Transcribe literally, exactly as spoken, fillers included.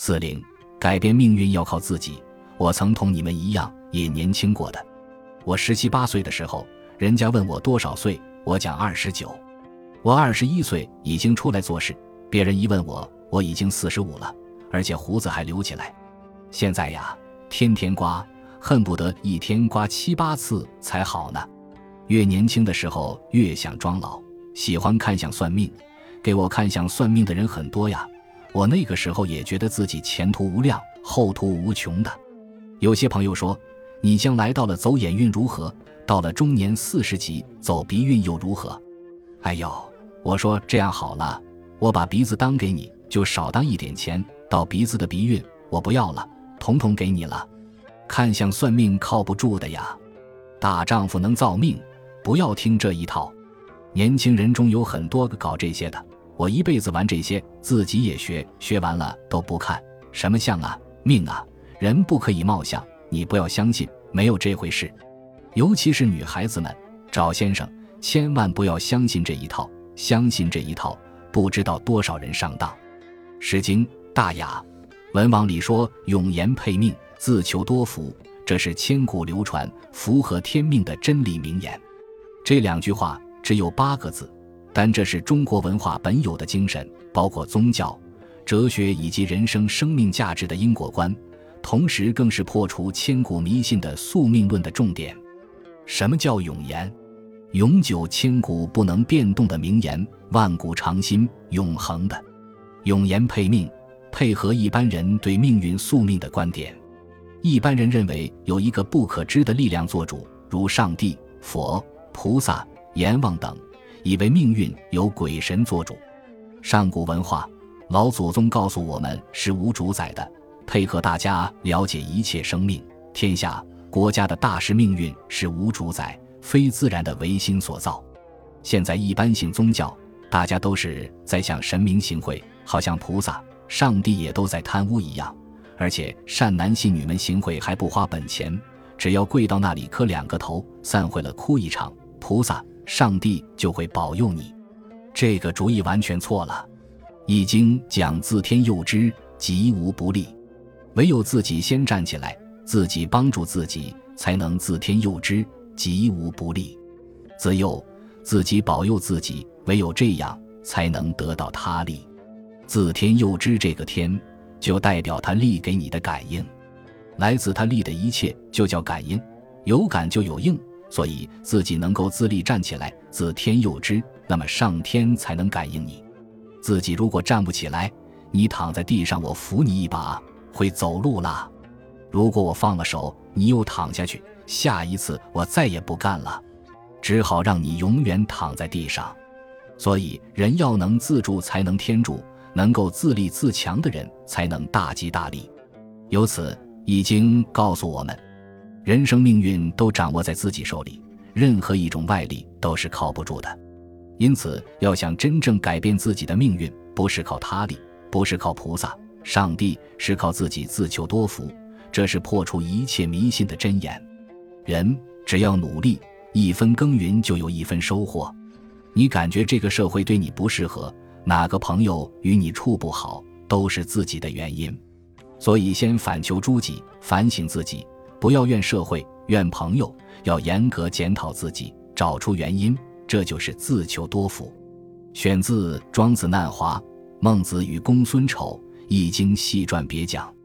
四零，改变命运要靠自己。我曾同你们一样，也年轻过的。我十七八岁的时候，人家问我多少岁，我讲二十九。我二十一岁已经出来做事，别人一问我，我已经四十五了，而且胡子还留起来。现在呀，天天刮，恨不得一天刮七八次才好呢。越年轻的时候越想装老，喜欢看相算命，给我看相算命的人很多呀。我那个时候也觉得自己前途无量，后途无穷的。有些朋友说，你将来到了走眼运如何？到了中年四十级走鼻运又如何？哎呦，我说这样好了，我把鼻子当给你，就少当一点钱，到鼻子的鼻运我不要了，统统给你了。看相算命靠不住的呀，大丈夫能造命，不要听这一套。年轻人中有很多个搞这些的，我一辈子玩这些，自己也学，学完了都不看，什么相啊命啊，人不可以貌相，你不要相信，没有这回事。尤其是女孩子们，找先生千万不要相信这一套，相信这一套，不知道多少人上当。诗经大雅文王里说，永言配命，自求多福，这是千古流传符合天命的真理名言。这两句话只有八个字，但这是中国文化本有的精神，包括宗教、哲学以及人生生命价值的因果观，同时更是破除千古迷信的宿命论的重点。什么叫永言？永久千古不能变动的名言，万古长新永恒的。永言配命，配合一般人对命运宿命的观点。一般人认为有一个不可知的力量做主，如上帝、佛、菩萨、阎王等，以为命运由鬼神做主。上古文化，老祖宗告诉我们是无主宰的，配合大家了解一切生命、天下、国家的大事命运是无主宰，非自然的唯心所造。现在一般信宗教，大家都是在向神明行贿，好像菩萨、上帝也都在贪污一样，而且善男信女们行贿还不花本钱，只要跪到那里磕两个头，散会了哭一场，菩萨、上帝就会保佑你。这个主意完全错了。易经讲自天佑之，吉无不利，唯有自己先站起来，自己帮助自己，才能自天佑之，吉无不利。自佑，自己保佑自己，唯有这样才能得到他利。自天佑之这个天，就代表他力给你的感应，来自他力的一切就叫感应，有感就有应，所以自己能够自力站起来，自天佑之，那么上天才能感应你。自己如果站不起来，你躺在地上我扶你一把，会走路啦。如果我放了手，你又躺下去，下一次我再也不干了，只好让你永远躺在地上。所以人要能自助才能天助，能够自立自强的人才能大吉大利。由此易经告诉我们，人生命运都掌握在自己手里，任何一种外力都是靠不住的。因此要想真正改变自己的命运，不是靠他力，不是靠菩萨、上帝，是靠自己自求多福，这是破除一切迷信的真言。人只要努力，一分耕耘就有一分收获。你感觉这个社会对你不适合，哪个朋友与你处不好，都是自己的原因。所以先反求诸己，反省自己，不要怨社会、怨朋友，要严格检讨自己，找出原因，这就是自求多福。选自《庄子难华》，孟子与公孙丑，易经细传别讲。